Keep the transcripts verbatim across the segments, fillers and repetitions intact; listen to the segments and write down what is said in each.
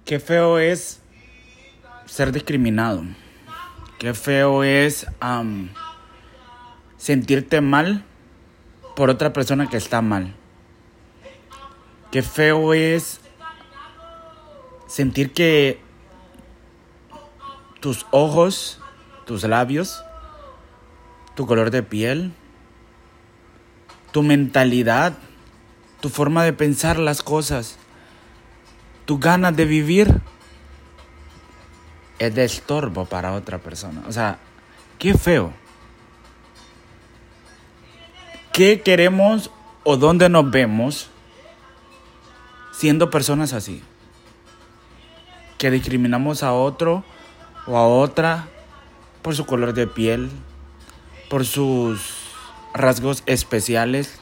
Qué feo es ser discriminado. Qué feo es um, sentirte mal por otra persona que está mal. Qué feo es sentir que tus ojos, tus labios, tu color de piel, tu mentalidad, tu forma de pensar las cosas, tus ganas de vivir es de estorbo para otra persona. O sea, qué feo. ¿Qué queremos o dónde nos vemos siendo personas así? Que discriminamos a otro o a otra por su color de piel, por sus rasgos especiales,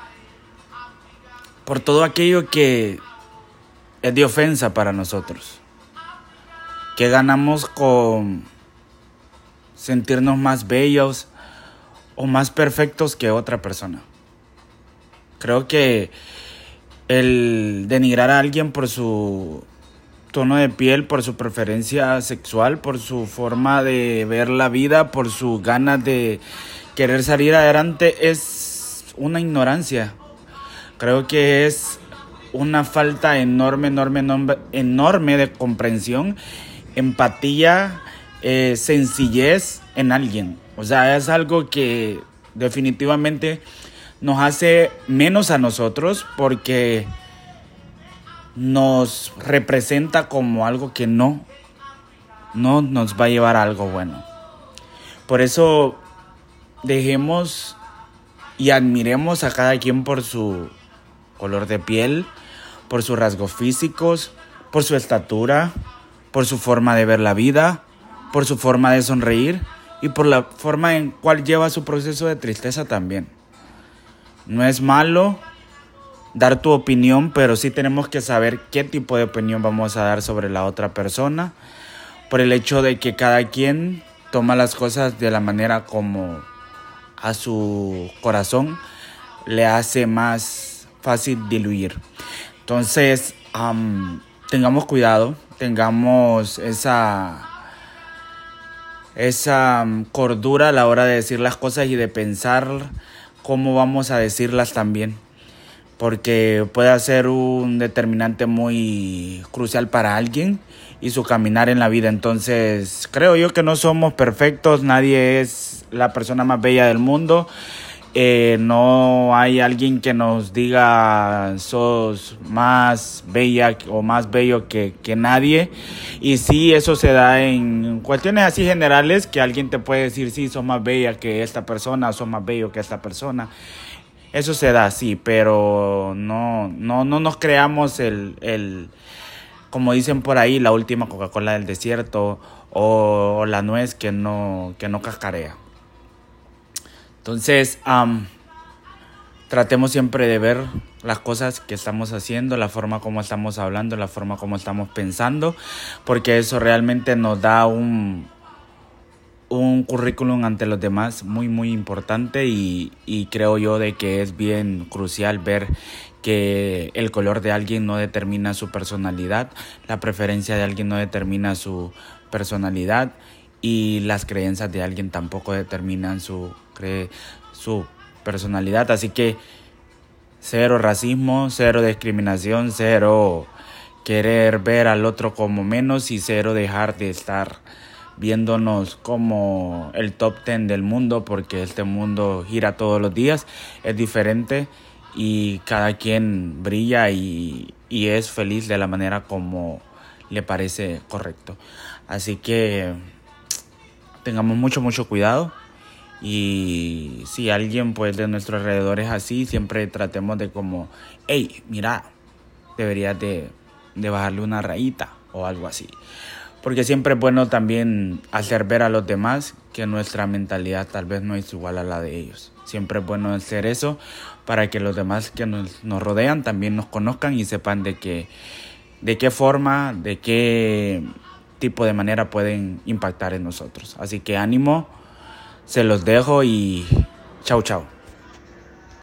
por todo aquello que es de ofensa para nosotros. ¿Qué ganamos con sentirnos más bellos o más perfectos que otra persona? Creo que el denigrar a alguien por su tono de piel, por su preferencia sexual, por su forma de ver la vida, por sus ganas de querer salir adelante es una ignorancia. Creo que es una falta enorme, enorme, enorme, enorme de comprensión, empatía, eh, sencillez en alguien. O sea, es algo que definitivamente nos hace menos a nosotros porque nos representa como algo que no, no nos va a llevar a algo bueno. Por eso dejemos y admiremos a cada quien por su color de piel, por sus rasgos físicos, por su estatura, por su forma de ver la vida, por su forma de sonreír y por la forma en cual lleva su proceso de tristeza también. No es malo dar tu opinión, pero sí tenemos que saber qué tipo de opinión vamos a dar sobre la otra persona, por el hecho de que cada quien toma las cosas de la manera como a su corazón le hace más fácil diluir. Entonces, um, tengamos cuidado, tengamos esa, esa cordura a la hora de decir las cosas y de pensar cómo vamos a decirlas también, porque puede ser un determinante muy crucial para alguien y su caminar en la vida. Entonces, creo yo que no somos perfectos, nadie es la persona más bella del mundo. Eh, no hay alguien que nos diga sos más bella o más bello que, que nadie. Y sí, eso se da en cuestiones así generales, que alguien te puede decir sí, sos más bella que esta persona, sos más bello que esta persona. Eso se da, sí, pero no, no, no nos creamos el, el, como dicen por ahí, la última Coca-Cola del desierto o, o la nuez que no, que no cascarea. Entonces, um, tratemos siempre de ver las cosas que estamos haciendo, la forma como estamos hablando, la forma como estamos pensando, porque eso realmente nos da un, un currículum ante los demás muy, muy importante y, y creo yo de que es bien crucial ver que el color de alguien no determina su personalidad, la preferencia de alguien no determina su personalidad y las creencias de alguien tampoco determinan su, cre- su personalidad. Así que cero racismo, cero discriminación, cero querer ver al otro como menos y cero dejar de estar viéndonos como el top ten del mundo, porque este mundo gira todos los días, es diferente y cada quien brilla y, y es feliz de la manera como le parece correcto. Así que tengamos mucho, mucho cuidado y si alguien pues de nuestro alrededor es así, siempre tratemos de como, hey, mira, deberías de, de bajarle una rayita o algo así. Porque siempre es bueno también hacer ver a los demás que nuestra mentalidad tal vez no es igual a la de ellos. Siempre es bueno hacer eso para que los demás que nos, nos rodean también nos conozcan y sepan de que, de qué forma, de qué tipo de manera pueden impactar en nosotros. Así que ánimo, se los dejo y chau chau.